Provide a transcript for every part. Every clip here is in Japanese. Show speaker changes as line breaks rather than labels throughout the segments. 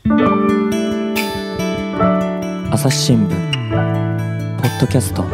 朝日新聞ポッドキャスト。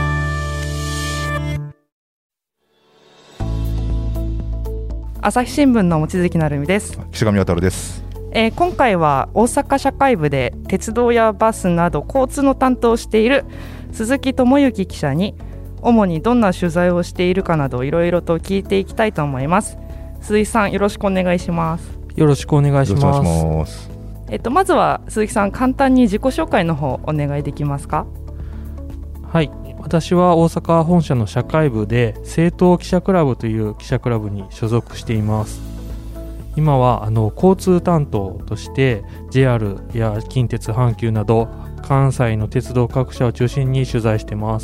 朝日新聞の望月成美です。
岸上渉です。
今回は大阪社会部で鉄道やバスなど交通の担当をしている鈴木智之記者に主にどんな取材をしているかなどいろいろと聞いていきたいと思います。鈴木さん、よろしくお願いします。
よろしくお願いします。
まずは鈴木さん、簡単に自己紹介の方お願いできますか？
はい、私は大阪本社の社会部で政党記者クラブという記者クラブに所属しています。今は交通担当として JR や近鉄、阪急など関西の鉄道各社を中心に取材してます。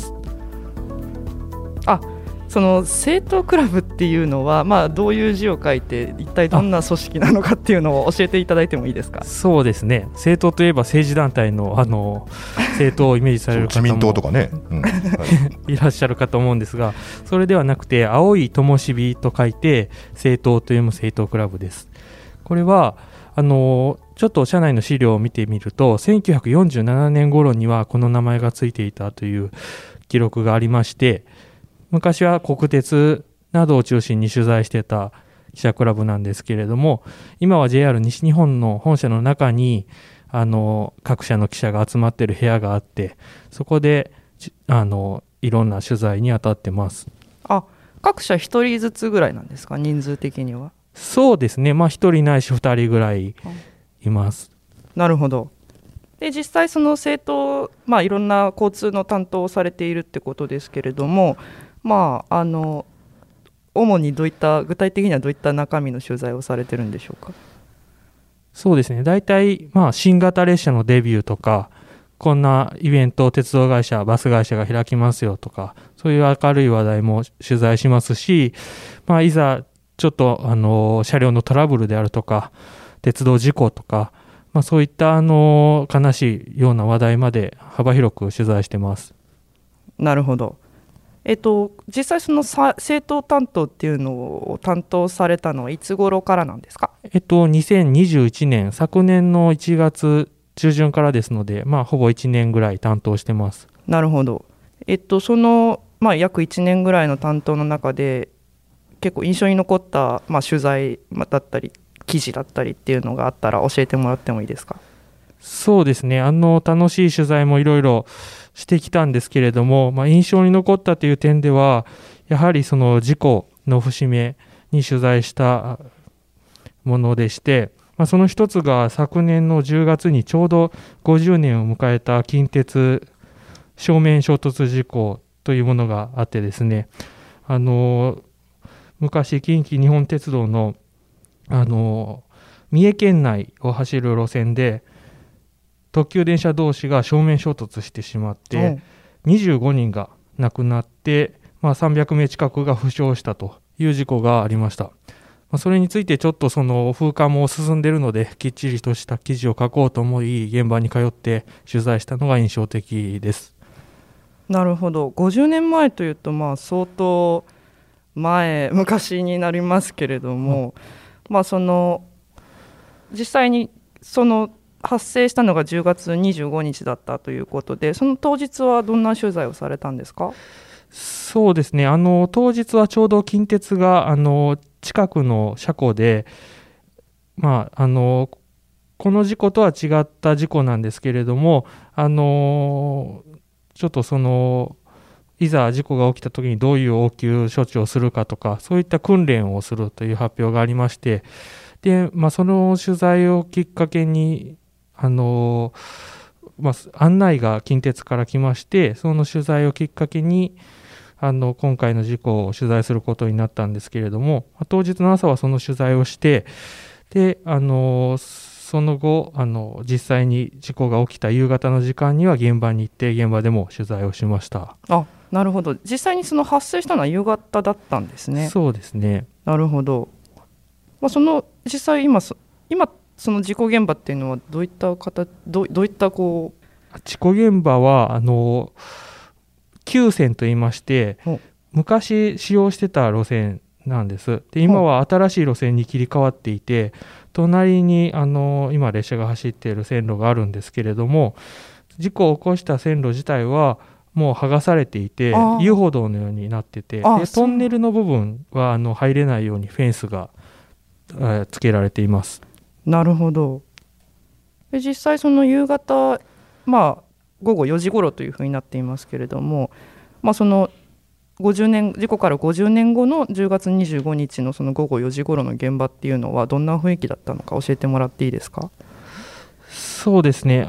その政党クラブっていうのは、どういう字を書いて一体どんな組織なのかっていうのを教えていただいてもいいですか？
そうですね、政党といえば政治団体の政党をイメージされる方も
自民党とかね、
いらっしゃるかと思うんですが、それではなくて青い灯火と書いて政党という政党クラブです。これはちょっと社内の資料を見てみると1947年頃にはこの名前がついていたという記録がありまして、昔は国鉄などを中心に取材してた記者クラブなんですけれども、今は JR 西日本の本社の中に各社の記者が集まっている部屋があって、そこでいろんな取材に当たってます。
各社1人ずつぐらいなんですか、人数的には？
そうですね、1人ないし2人ぐらいいます。
なるほど。で、実際その政党、いろんな交通の担当をされているってことですけれども、主に具体的にはどういった中身の取材をされてるんでしょうか？
そうですね、大体新型列車のデビューとか、こんなイベントを鉄道会社、バス会社が開きますよとか、そういう明るい話題も取材しますし、いざちょっと車両のトラブルであるとか鉄道事故とか、そういった悲しいような話題まで幅広く取材してます。な
るほど。実際その政党担当っていうのを担当されたのはいつ頃からなんですか
？2021年、昨年の1月中旬からですので、ほぼ1年ぐらい担当してます。
なるほど。その、約1年ぐらいの担当の中で結構印象に残った、取材だったり記事だったりっていうのがあったら教えてもらってもいいですか？
そうですね、楽しい取材もいろいろしてきたんですけれども、印象に残ったという点ではやはりその事故の節目に取材したものでして、その一つが昨年の10月にちょうど50年を迎えた近鉄正面衝突事故というものがあってですね、昔近畿日本鉄道の三重県内を走る路線で特急電車同士が正面衝突してしまって25人が亡くなって、300名近くが負傷したという事故がありました。それについてちょっとその風化も進んでいるのできっちりとした記事を書こうと思い現場に通って取材したのが印象的です。
なるほど。50年前というと相当昔になりますけれども、その実際にその発生したのが10月25日だったということで、その当日はどんな取材をされたんですか？
そうですね、当日はちょうど近鉄が近くの車庫で、この事故とは違った事故なんですけれども、ちょっといざ事故が起きた時にどういう応急処置をするかとか、そういった訓練をするという発表がありまして、で、その取材をきっかけに案内が近鉄から来まして、その取材をきっかけに今回の事故を取材することになったんですけれども、当日の朝はその取材をして、でその後実際に事故が起きた夕方の時間には現場に行って現場でも取材をしました。
なるほど。実際にその発生したのは夕方だったんですね。
そうですね。
なるほど。実際今その事故現場っていうのはどういった
事故現場は旧線といいまして、昔使用してた路線なんです。で、今は新しい路線に切り替わっていて、 隣に今列車が走っている線路があるんですけれども、事故を起こした線路自体はもう剥がされていて、遊歩道のようになってて、でトンネルの部分は入れないようにフェンスがつけられています。
なるほど。で実際その夕方、午後4時頃というふうになっていますけれども、その事故から50年後の10月25日のその午後4時頃の現場っていうのはどんな雰囲気だったのか教えてもらっていいですか？
そうですね、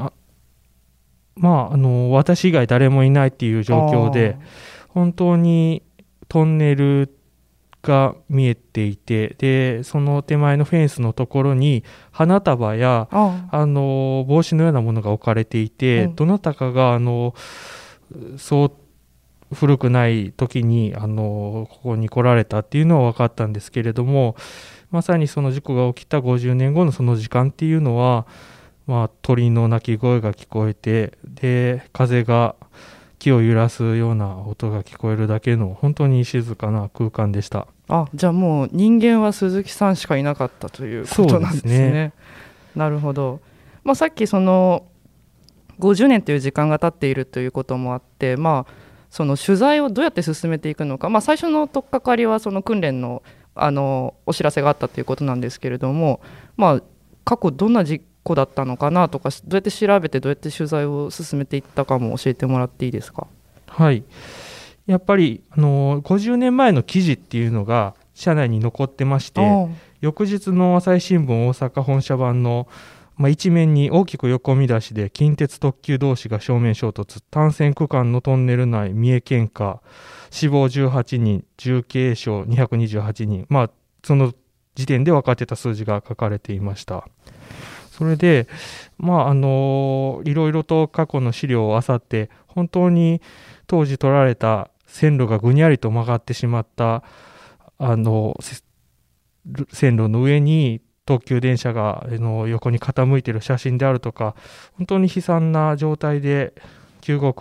私以外誰もいないっていう状況で、本当にトンネルが見えていて、でその手前のフェンスのところに花束や帽子のようなものが置かれていて、どなたかがそう古くない時にここに来られたっていうのは分かったんですけれども、まさにその事故が起きた50年後のその時間っていうのは、鳥の鳴き声が聞こえて、で風が木を揺らすような音が聞こえるだけの本当に静かな空間でした。
じゃあもう人間は鈴木さんしかいなかったということなんですね。
そうですね。
なるほど。さっきその50年という時間が経っているということもあって、その取材をどうやって進めていくのか、最初の取っかかりはその訓練の、お知らせがあったということなんですけれども、過去どんな事故だったのかなとか、どうやって調べてどうやって取材を進めていったかも教えてもらっていいですか？
はい、やっぱり50年前の記事っていうのが社内に残ってまして、翌日の朝日新聞大阪本社版の一面に大きく横見出しで、近鉄特急同士が正面衝突、単線区間のトンネル内三重県下、死亡18人、重軽傷228人、その時点で分かってた数字が書かれていました。それで、いろいろと過去の資料を漁って、本当に当時取られた線路がぐにゃりと曲がってしまった線路の上に特急電車が横に傾いている写真であるとか、本当に悲惨な状態で救護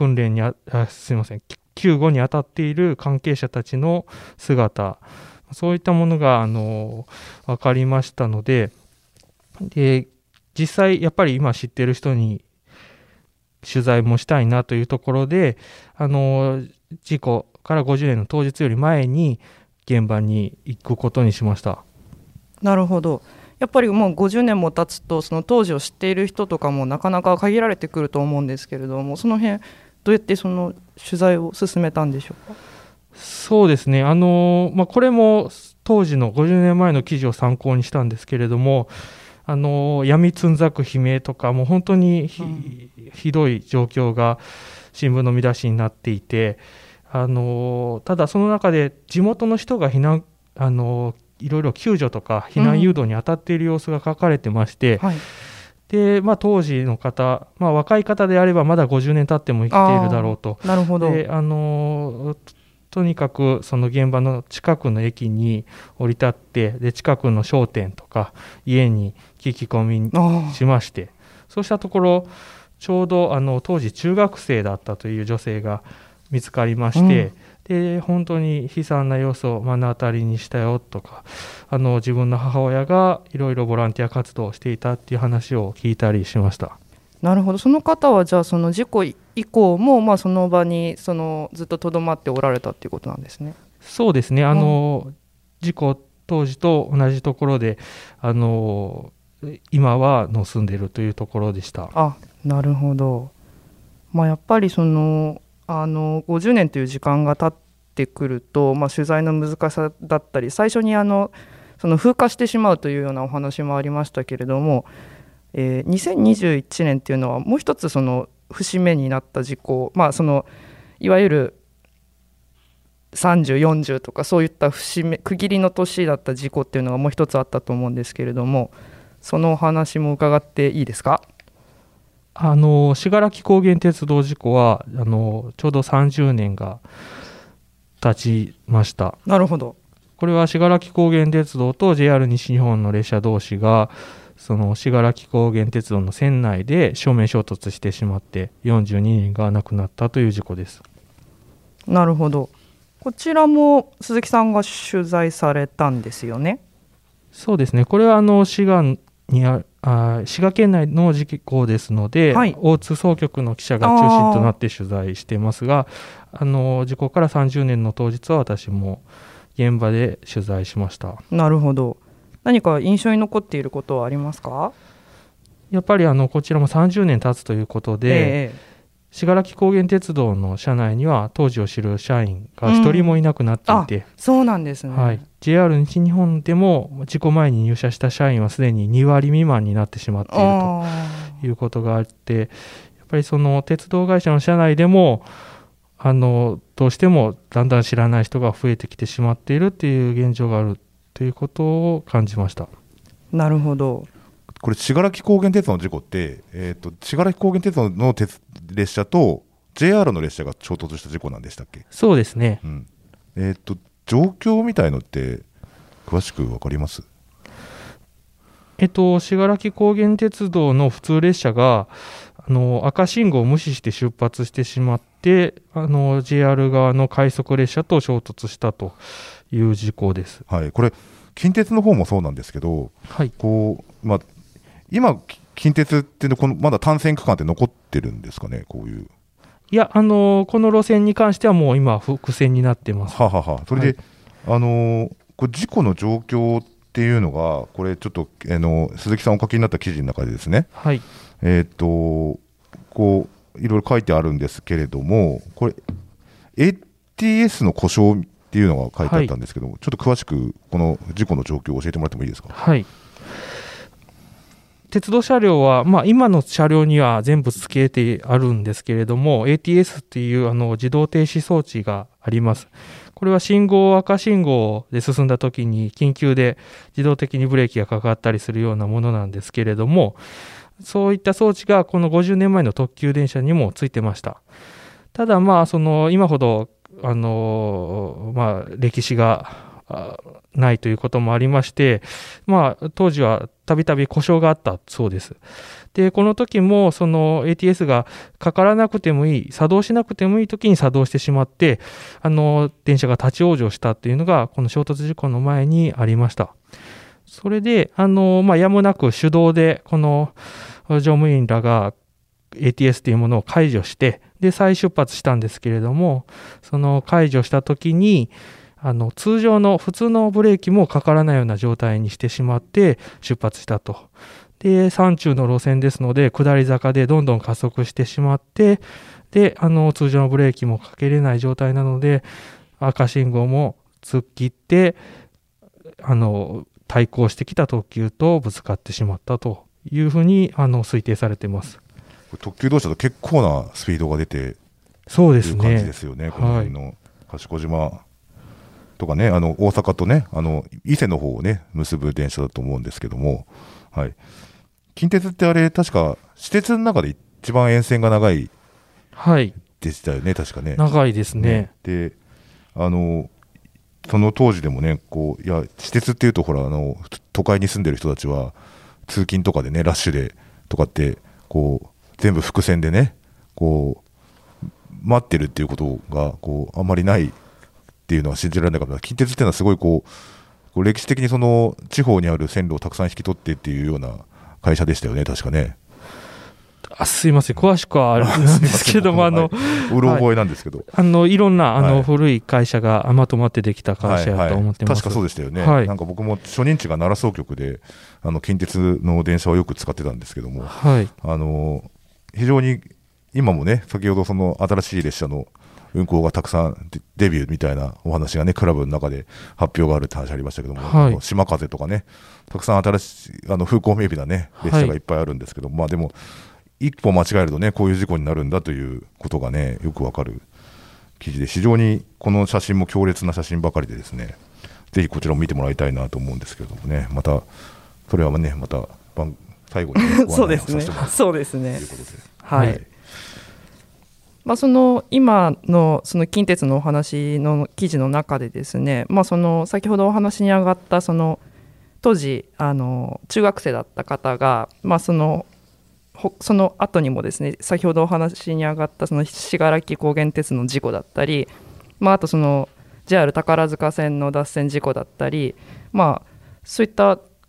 に当たっている関係者たちの姿、そういったものが分かりましたので、実際やっぱり今知っている人に取材もしたいなというところで、事故から50年の当日より前に現場に行くことにしました。
なるほど。やっぱりもう50年も経つと、その当時を知っている人とかもなかなか限られてくると思うんですけれども、その辺どうやってその取材を進めたんでしょうか？
そうですね、これも当時の50年前の記事を参考にしたんですけれども、闇つんざく悲鳴とか、もう本当にひどい状況が新聞の見出しになっていて、ただその中で地元の人がいろいろ救助とか避難誘導に当たっている様子が書かれてまして、で当時の方、若い方であればまだ50年経っても生きているだろうと。
なるほど。
でとにかくその現場の近くの駅に降り立って、で近くの商店とか家に聞き込みしまして、そうしたところちょうど当時中学生だったという女性が見つかりまして、で本当に悲惨な様子を目の当たりにしたよとか、自分の母親がいろいろボランティア活動をしていたっていう話を聞いたりしました。
なるほど。その方はじゃあその事故以降もその場にずっと留まっておられたっていうことなんですね。
そうですね、事故当時と同じところで今は住んでいるというところでした。
なるほど。やっぱり50年という時間が経ってくると、取材の難しさだったり、最初にその風化してしまうというようなお話もありましたけれども、2021年っていうのはもう一つその節目になった事故、いわゆる30、40とかそういった節目区切りの年だった事故っていうのがもう一つあったと思うんですけれども、そのお話も伺っていいですか？
信楽高原鉄道事故はちょうど30年が経ちました。
なるほど。
これは信楽高原鉄道と JR 西日本の列車同士がその信楽高原鉄道の線内で正面衝突してしまって42人が亡くなったという事故です。
なるほど。こちらも鈴木さんが取材されたんですよね。
そうですね、これは滋賀滋賀県内の事故ですので、
はい、
大津総局の記者が中心となって取材していますが、事故から30年の当日は私も現場で取材しました。
なるほど。何か印象に残っていることはありますか？
やっぱりこちらも30年経つということで、信楽高原鉄道の車内には当時を知る社員が一人もいなくなっていて、
そうなんですね。
はい、JR 西日本でも事故前に入社した社員はすでに2割未満になってしまっているということがあって、やっぱりその鉄道会社の社内でもどうしてもだんだん知らない人が増えてきてしまっているという現状があるということを感じました。
なるほど。
これ信楽高原鉄道の事故って、信楽高原鉄道の列車と JR の列車が衝突した事故なんでしたっけ？
そうですね、
状況みたいのって詳しく分かります？
信楽高原鉄道の普通列車が赤信号を無視して出発してしまってJR 側の快速列車と衝突したという事故です。
はい、これ近鉄の方もそうなんですけど、
はい、
今近鉄ってまだ単線区間って残ってるんですかね？こういう。
いや、この路線に関してはもう今複線になってます。
それで、これ事故の状況っていうのがこれちょっと鈴木さんお書きになった記事の中でですね、
はい、
こういろいろ書いてあるんですけれども、これ ATS の故障っていうのが書いてあったんですけども、ちょっと詳しくこの事故の状況を教えてもらってもいいですか？
はい、鉄道車両は、今の車両には全部付けてあるんですけれども、 ATS っていう自動停止装置があります。これは赤信号で進んだ時に緊急で自動的にブレーキがかかったりするようなものなんですけれども、そういった装置がこの50年前の特急電車にもついてました。ただ今ほど歴史がないということもありまして、当時はたびたび故障があったそうです。で、この時もその ATS がかからなくてもいい、作動しなくてもいい時に作動してしまって、電車が立ち往生したというのがこの衝突事故の前にありました。それでやむなく手動でこの乗務員らが ATS というものを解除して、で再出発したんですけれども、その解除した時に通常の普通のブレーキもかからないような状態にしてしまって出発したと。で、山中の路線ですので下り坂でどんどん加速してしまって、で通常のブレーキもかけれない状態なので赤信号も突っ切って対向してきた特急とぶつかってしまったというふうに推定されています。
特急同士だと結構なスピードが出て
そうですね、
いう感じですよね。この辺の賢島とかね、大阪とね伊勢の方をね結ぶ電車だと思うんですけども、はい、近鉄ってあれ確か私鉄の中で一番沿線が長いでしたよね、確かね。
長いですね。
でその当時でもね私鉄っていうとほら都会に住んでる人たちは通勤とかでねラッシュでとかって全部伏線でね待ってるっていうことがあんまりないっていうのは信じられなかった。近鉄っていうのはすごい歴史的にその地方にある線路をたくさん引き取ってっていうような会社でしたよね、確かね。
すいません、詳しくはあれなんですけども
うろ覚えなんですけど、
いろんな古い会社がまとまってできた会社だと思ってます。
確かそうでしたよね、なんか僕も初任地が奈良総局で近鉄の電車をよく使ってたんですけども、非常に今もね先ほどその新しい列車の運行がたくさんデビューみたいなお話がねクラブの中で発表があるって話ありましたけども、島風とかねたくさん新しい風光明媚なね列車がいっぱいあるんですけど、でも一歩間違えるとねこういう事故になるんだということがねよくわかる記事で、非常にこの写真も強烈な写真ばかりでですね、ぜひこちらも見てもらいたいなと思うんですけれどもね、またそれはねまた最後に
そうですね、そうですね、
ということで、
はい。その今のその近鉄のお話の記事の中でですね、その先ほどお話に上がったその当時中学生だった方が、その後にもですね先ほどお話に上がったその信楽高原鉄の事故だったり、あとその JR 宝塚線の脱線事故だったり、そういった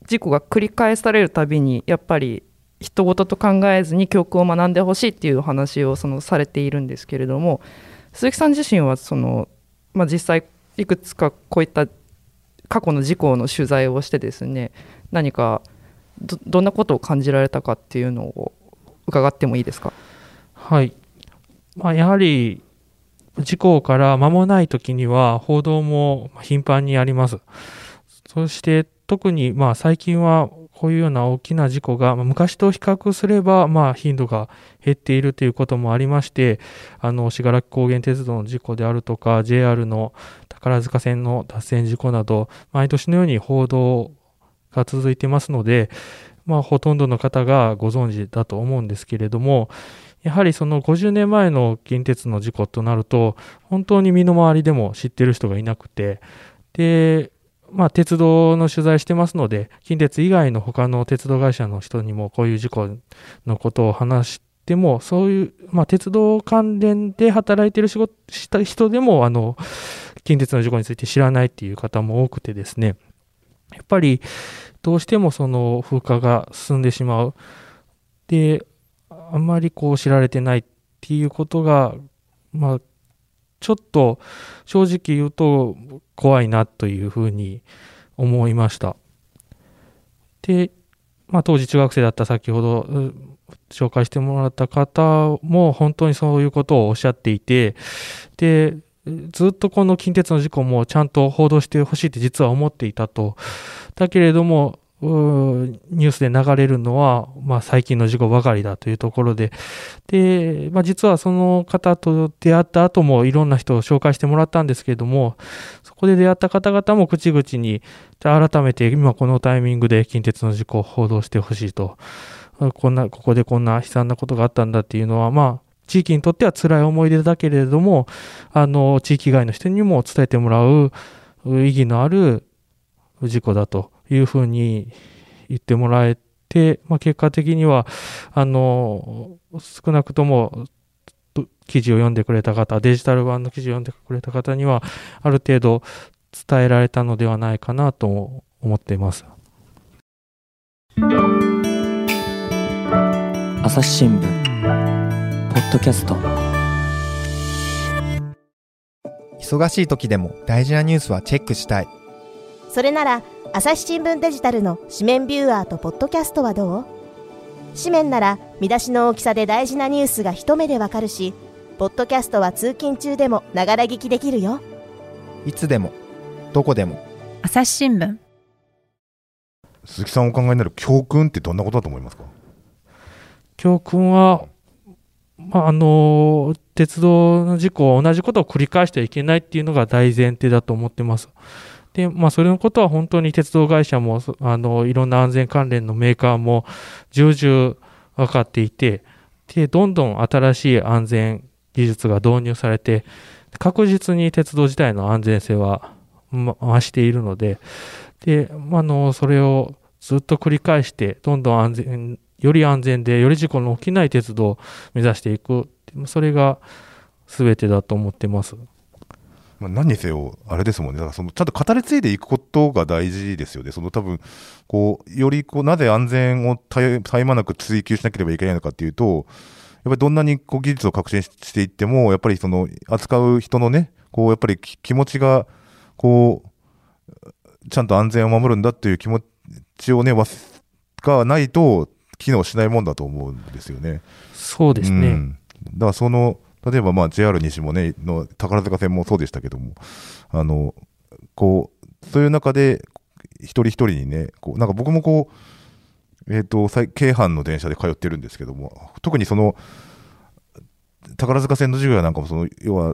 事故が繰り返されるたびにやっぱり人事と考えずに教訓を学んでほしいっていうお話をされているんですけれども、鈴木さん自身は実際いくつかこういった過去の事故の取材をしてですね、何か どんなことを感じられたかっていうのを伺ってもいいですか？
はい、やはり事故から間もない時には報道も頻繁にあります。そして特に最近はこういうような大きな事故が昔と比較すれば頻度が減っているということもありまして、信楽高原鉄道の事故であるとか JR の宝塚線の脱線事故など毎年のように報道が続いてますので、ほとんどの方がご存知だと思うんですけれども、やはりその50年前の近鉄の事故となると本当に身の回りでも知ってる人がいなくて、で鉄道の取材してますので、近鉄以外の他の鉄道会社の人にもこういう事故のことを話しても、そういう、鉄道関連で働いている仕事した人でも近鉄の事故について知らないっていう方も多くてですね、やっぱりどうしてもその風化が進んでしまう。で、あんまり知られてないっていうことが、ちょっと正直言うと怖いなというふうに思いました。で、当時中学生だった先ほど紹介してもらった方も本当にそういうことをおっしゃっていて、で、ずっとこの近鉄の事故もちゃんと報道してほしいって実は思っていたと。だけれどもニュースで流れるのは、最近の事故ばかりだというところで、で、実はその方と出会った後もいろんな人を紹介してもらったんですけれども、そこで出会った方々も口々に改めて今このタイミングで近鉄の事故を報道してほしいと、ここでこんな悲惨なことがあったんだっていうのは、地域にとっては辛い思い出だけれども、地域外の人にも伝えてもらう意義のある事故だというふうに言ってもらえて、結果的には少なくとも記事を読んでくれた方、デジタル版の記事を読んでくれた方にはある程度伝えられたのではないかなと思っています。
朝日新聞ポッドキャスト。
忙しい時でも大事なニュースはチェックしたい。
それなら朝日新聞デジタルの紙面ビューアーとポッドキャストはどう？紙面なら見出しの大きさで大事なニュースが一目でわかるし、ポッドキャストは通勤中でもながら聞きできるよ。
いつでもどこでも
朝日新聞。
鈴木さんお考えになる教訓ってどんなことだと思いますか？
教訓は、鉄道の事故、同じことを繰り返してはいけないっていうのが大前提だと思ってます。で、それのことは本当に鉄道会社もいろんな安全関連のメーカーも重々分かっていて、でどんどん新しい安全技術が導入されて、確実に鉄道自体の安全性は増しているので、で、それをずっと繰り返してどんどんより安全でより事故の起きない鉄道を目指していく、それが全てだと思ってます。
何にせよあれですもんね。だからちゃんと語り継いでいくことが大事ですよね。多分よりなぜ安全を絶え間なく追求しなければいけないのかっていうと、やっぱりどんなに技術を革新していっても、やっぱり扱う人のね、やっぱり気持ちがちゃんと安全を守るんだっていう気持ちをねがないと機能しないもんだと思うんですよね。
そうですね。
だから例えばJR 西もねの宝塚線もそうでしたけども、そういう中で一人一人にね、なんか僕も京阪の電車で通ってるんですけども、特に宝塚線の授業なんかも要は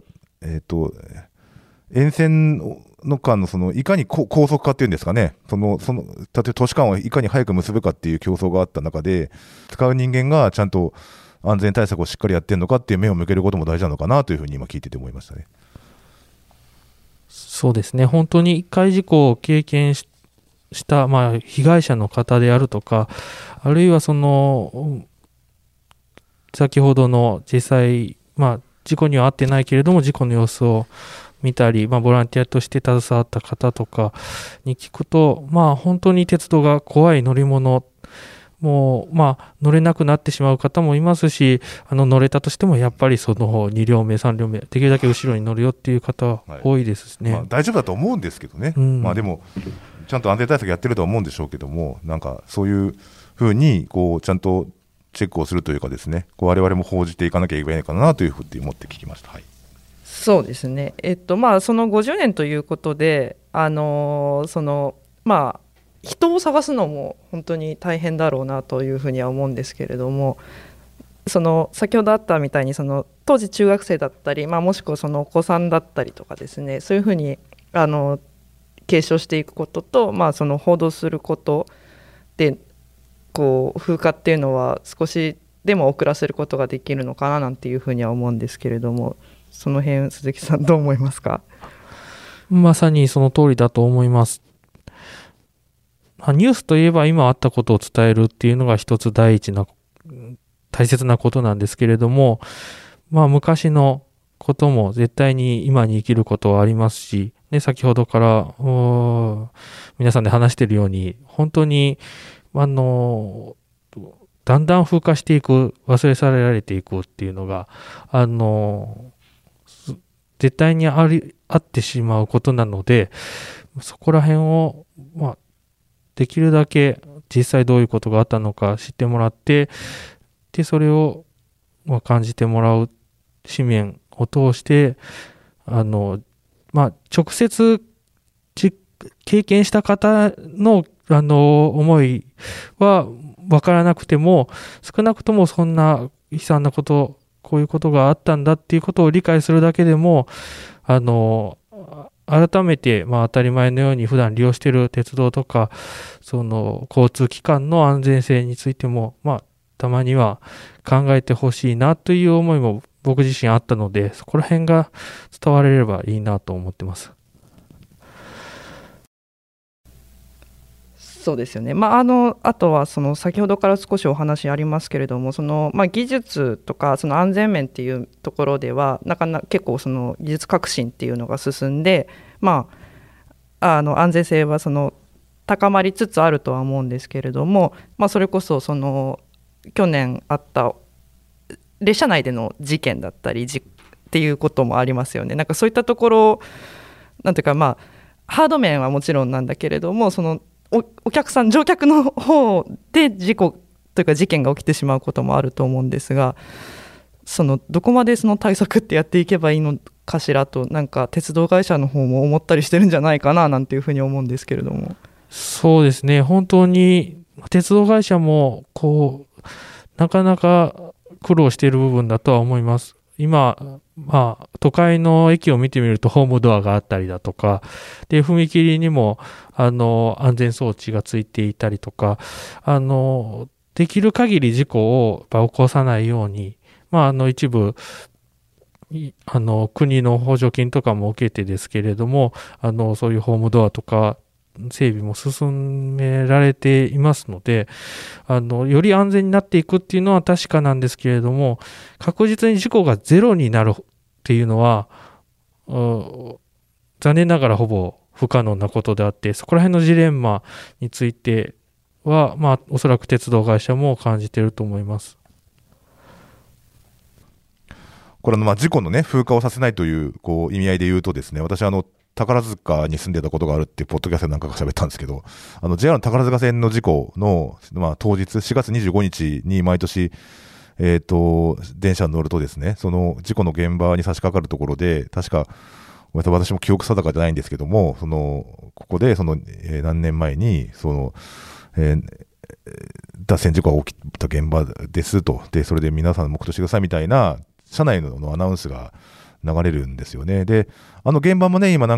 沿線の間のいかに高速化っていうんですかね、例えば都市間をいかに早く結ぶかっていう競争があった中で、使う人間がちゃんと安全対策をしっかりやってるのかっていう目を向けることも大事なのかなというふうに今聞いてて思いましたね。
そうですね。本当に一回事故を経験した、被害者の方であるとか、あるいは先ほどの実際、事故には遭ってないけれども事故の様子を見たり、ボランティアとして携わった方とかに聞くと、本当に鉄道が怖い乗り物、もう乗れなくなってしまう方もいますし、乗れたとしてもやっぱりその2両目3両目できるだけ後ろに乗るよっていう方は多いですね。
大丈夫だと思うんですけどね、でもちゃんと安全対策やってるとは思うんでしょうけども、なんかそういうふうにちゃんとチェックをするというかですね、我々も報じていかなきゃいけないかなというふうに思って聞きました。
そうですね、その50年ということで、人を探すのも本当に大変だろうなというふうには思うんですけれども、先ほどあったみたいに当時中学生だったり、もしくはお子さんだったりとかですね、そういうふうに継承していくことと、報道することで風化っていうのは少しでも遅らせることができるのかななんていうふうには思うんですけれども、その辺鈴木さんどう思いますか？
まさにその通りだと思います。ニュースといえば今あったことを伝えるっていうのが一つ大切なことなんですけれども、昔のことも絶対に今に生きることはありますし、先ほどから皆さんで話しているように、本当にだんだん風化していく、忘れ去られていくっていうのが絶対にあってしまうことなので、そこら辺をできるだけ実際どういうことがあったのか知ってもらって、でそれを感じてもらう紙面を通して、直接経験した方の思いは分からなくても、少なくともそんな悲惨なこと、こういうことがあったんだっていうことを理解するだけでも、改めて当たり前のように普段利用している鉄道とか交通機関の安全性についてもたまには考えてほしいなという思いも僕自身あったので、そこら辺が伝われればいいなと思ってます。
そうですよね、あとは先ほどから少しお話ありますけれども、技術とか安全面っていうところでは結構技術革新っていうのが進んで、安全性は高まりつつあるとは思うんですけれども、それこそ去年あった列車内での事件だったりっていうこともありますよね。そういったところなんていうか、ハード面はもちろんなんだけれども、お客さん乗客の方で事故というか事件が起きてしまうこともあると思うんですが、どこまで対策ってやっていけばいいのかしらと、鉄道会社の方も思ったりしてるんじゃないかななんていうふうに思うんですけれども。
そうですね、本当に鉄道会社もなかなか苦労している部分だとは思います。今都会の駅を見てみるとホームドアがあったりだとかで、踏切にも安全装置がついていたりとか、できる限り事故を起こさないように、一部国の補助金とかも受けてですけれども、そういうホームドアとか整備も進められていますので、より安全になっていくっていうのは確かなんですけれども、確実に事故がゼロになるっていうのは残念ながらほぼ不可能なことであって、そこら辺のジレンマについてはおそらく鉄道会社も感じていると思います。
これ事故の風化をさせないという意味合いで言うとですね、私宝塚に住んでたことがあるってポッドキャストなんかが喋ったんですけど、JR の宝塚線の事故の、当日4月25日に毎年電車に乗るとですね、その事故の現場に差し掛かるところで、確か私も記憶定かじゃないんですけども、ここで何年前に脱線事故が起きた現場ですと、でそれで皆さん目としてくださいみたいな車内のアナウンスが流れるんですよね。で現場もね、今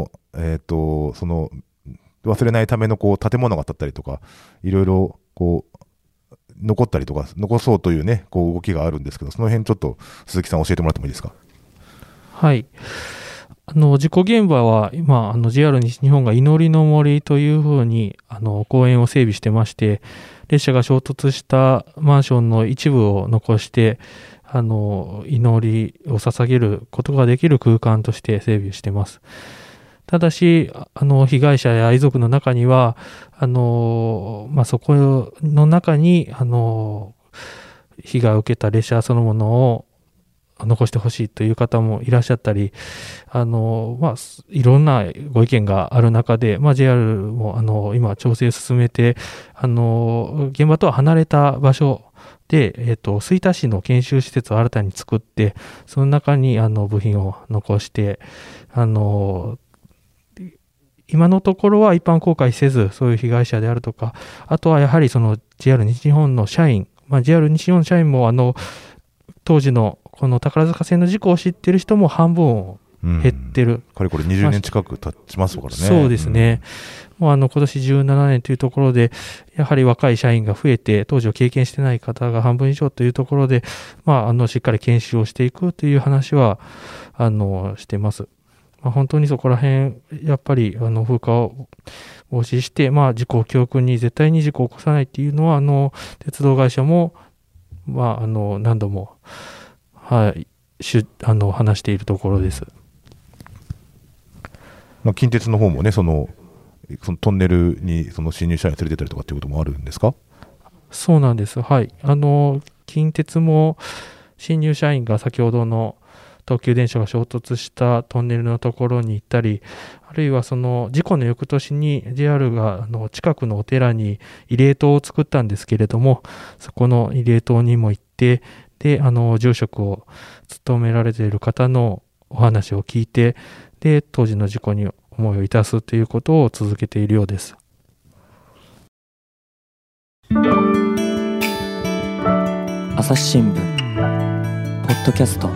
忘れないための建物が建ったりとか、いろいろ残ったりとか残そうというね動きがあるんですけど、その辺ちょっと鈴木さん教えてもらってもいいですか？
はい、事故現場は今JR 西日本が祈りの森というふうに公園を整備してまして、列車が衝突したマンションの一部を残して祈りを捧げることができる空間として整備しています。ただし、被害者や遺族の中には、そこの中に、被害を受けた列車そのものを残してほしいという方もいらっしゃったり、いろんなご意見がある中で、JR も今調整を進めて、現場とは離れた場所で、吹田市の研修施設を新たに作って、その中に部品を残して、今のところは一般公開せず、そういう被害者であるとか、あとはやはりその JR 西日本の社員、JR 西日本社員も当時のこの宝塚線の事故を知っている人も半分減ってる。
これ20年近く経ちますからね。
そうですね。もう今年17年というところで、やはり若い社員が増えて、当時を経験してない方が半分以上というところで、しっかり研修をしていくという話は、してます。本当にそこら辺、やっぱり風化を防止して、事故を教訓に絶対に事故を起こさないっていうのは、鉄道会社も、何度も、話しているところです。
近鉄の方もね、そのトンネルに新入社員を連れてたりとかっていうこともあるんですか？
そうなんです。はい。近鉄も新入社員が先ほどの特急電車が衝突したトンネルのところに行ったり、あるいはその事故の翌年に JR が近くのお寺に慰霊塔を作ったんですけれども、そこの慰霊塔にも行って、で、住職を務められている方のお話を聞いて、で、当時の事故に思いを致すということを続けているようです。
朝日新聞ポッドキャスト。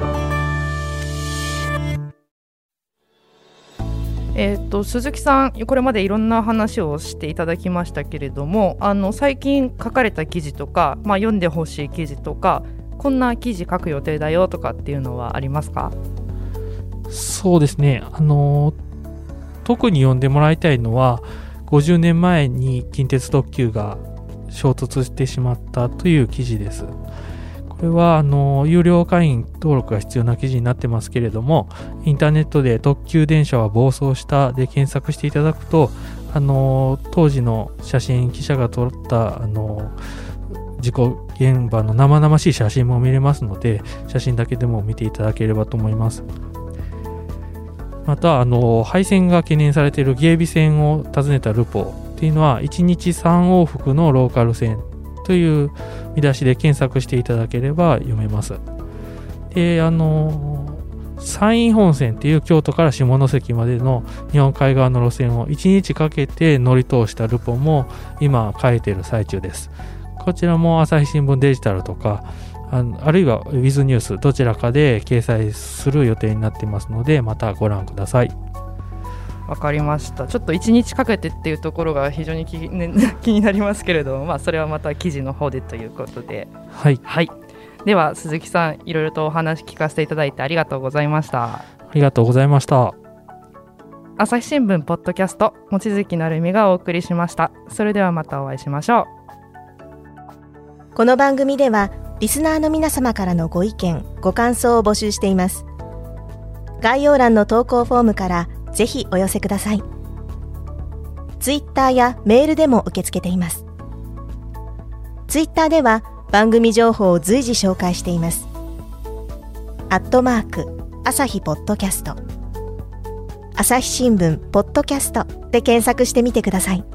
鈴木さん、これまでいろんな話をしていただきましたけれども、最近書かれた記事とか、読んでほしい記事とか、こんな記事書く予定だよとかっていうのはありますか？
そうですね。特に読んでもらいたいのは、50年前に近鉄特急が衝突してしまったという記事です。これは有料会員登録が必要な記事になってますけれども、インターネットで特急電車は暴走したで検索していただくと、当時の写真、記者が撮った事故現場の生々しい写真も見れますので、写真だけでも見ていただければと思います。また廃線が懸念されている芸備線を訪ねたルポっていうのは、1日3往復のローカル線という見出しで検索していただければ読めます。で、山陰本線っていう京都から下関までの日本海側の路線を1日かけて乗り通したルポも今書いている最中です。こちらも朝日新聞デジタルとか、あるいは Wiz ニュースどちらかで掲載する予定になっていますので、またご覧ください。
わかりました。ちょっと1日かけてっていうところが非常に気になりますけれども、それはまた記事の方でということで、
はい、
はい、では鈴木さん、いろいろとお話聞かせていただいてありがとうございました。
ありがとうございました。
朝日新聞ポッドキャスト、望月成美がお送りしました。それではまたお会いしましょう。
この番組ではリスナーの皆様からのご意見ご感想を募集しています。概要欄の投稿フォームからぜひお寄せください。ツイッターやメールでも受け付けています。ツイッターでは番組情報を随時紹介しています。@朝日ポッドキャスト、朝日新聞ポッドキャストで検索してみてください。